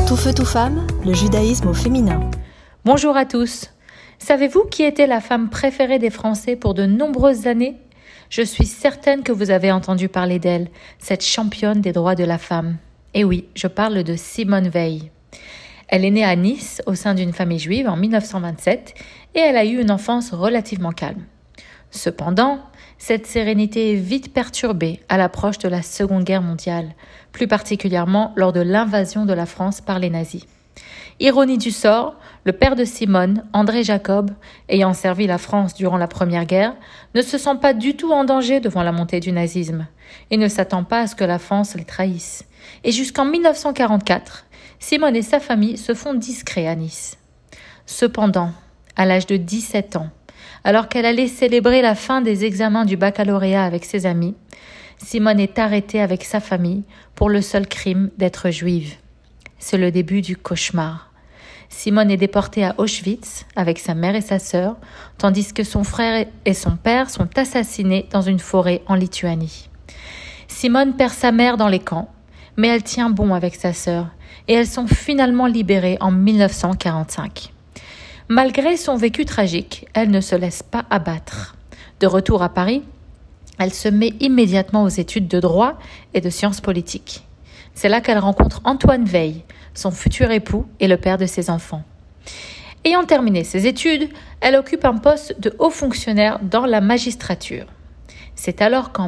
Tout feu, tout femme, le judaïsme au féminin. Bonjour à tous. Savez-vous qui était la femme préférée des Français pour de nombreuses années ? Je suis certaine que vous avez entendu parler d'elle, cette championne des droits de la femme. Et oui, je parle de Simone Veil. Elle est née à Nice au sein d'une famille juive en 1927 et elle a eu une enfance relativement calme. Cependant, cette sérénité est vite perturbée à l'approche de la Seconde Guerre mondiale, plus particulièrement lors de l'invasion de la France par les nazis. Ironie du sort, le père de Simone, André Jacob, ayant servi la France durant la Première Guerre, ne se sent pas du tout en danger devant la montée du nazisme et ne s'attend pas à ce que la France les trahisse. Et jusqu'en 1944, Simone et sa famille se font discrets à Nice. Cependant, à l'âge de 17 ans, alors qu'elle allait célébrer la fin des examens du baccalauréat avec ses amis, Simone est arrêtée avec sa famille pour le seul crime d'être juive. C'est le début du cauchemar. Simone est déportée à Auschwitz avec sa mère et sa sœur, tandis que son frère et son père sont assassinés dans une forêt en Lituanie. Simone perd sa mère dans les camps, mais elle tient bon avec sa sœur et elles sont finalement libérées en 1945. Malgré son vécu tragique, elle ne se laisse pas abattre. De retour à Paris, elle se met immédiatement aux études de droit et de sciences politiques. C'est là qu'elle rencontre Antoine Veil, son futur époux et le père de ses enfants. Ayant terminé ses études, elle occupe un poste de haut fonctionnaire dans la magistrature. C'est alors qu'en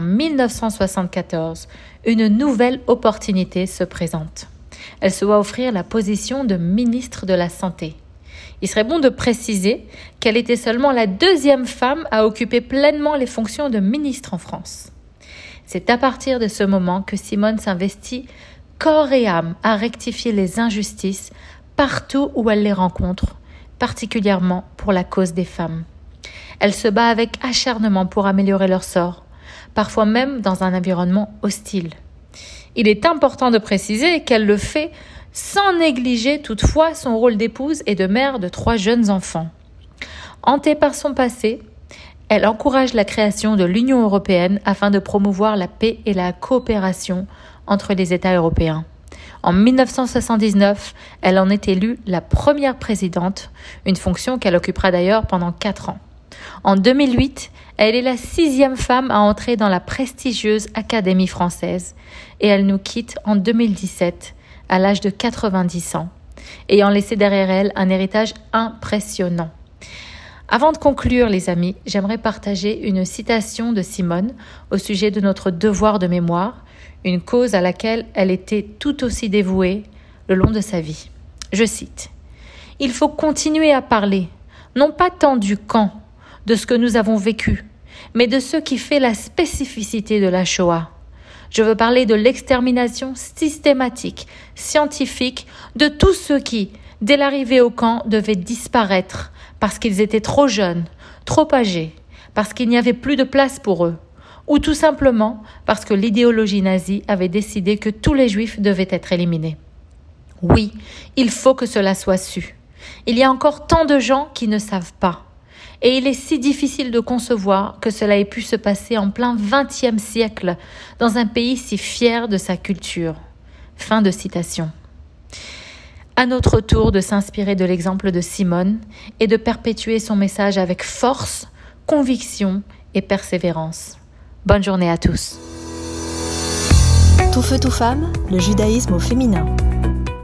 1974, une nouvelle opportunité se présente. Elle se voit offrir la position de ministre de la Santé. Il serait bon de préciser qu'elle était seulement la deuxième femme à occuper pleinement les fonctions de ministre en France. C'est à partir de ce moment que Simone s'investit corps et âme à rectifier les injustices partout où elle les rencontre, particulièrement pour la cause des femmes. Elle se bat avec acharnement pour améliorer leur sort, parfois même dans un environnement hostile. Il est important de préciser qu'elle le fait sans négliger toutefois son rôle d'épouse et de mère de 3 jeunes enfants. Hantée par son passé, elle encourage la création de l'Union européenne afin de promouvoir la paix et la coopération entre les États européens. En 1979, elle en est élue la première présidente, une fonction qu'elle occupera d'ailleurs pendant 4 ans. En 2008, elle est la 6e femme à entrer dans la prestigieuse Académie française et elle nous quitte en 2017 à l'âge de 90 ans, ayant laissé derrière elle un héritage impressionnant. Avant de conclure, les amis, j'aimerais partager une citation de Simone au sujet de notre devoir de mémoire, une cause à laquelle elle était tout aussi dévouée le long de sa vie. Je cite : « Il faut continuer à parler, non pas tant du camp, de ce que nous avons vécu, mais de ce qui fait la spécificité de la Shoah. Je veux parler de l'extermination systématique, scientifique, de tous ceux qui, dès l'arrivée au camp, devaient disparaître parce qu'ils étaient trop jeunes, trop âgés, parce qu'il n'y avait plus de place pour eux, ou tout simplement parce que l'idéologie nazie avait décidé que tous les juifs devaient être éliminés. Oui, il faut que cela soit su. Il y a encore tant de gens qui ne savent pas. Et il est si difficile de concevoir que cela ait pu se passer en plein XXe siècle, dans un pays si fier de sa culture. » Fin de citation. À notre tour de s'inspirer de l'exemple de Simone et de perpétuer son message avec force, conviction et persévérance. Bonne journée à tous. Tout feu, tout femme, le judaïsme au féminin.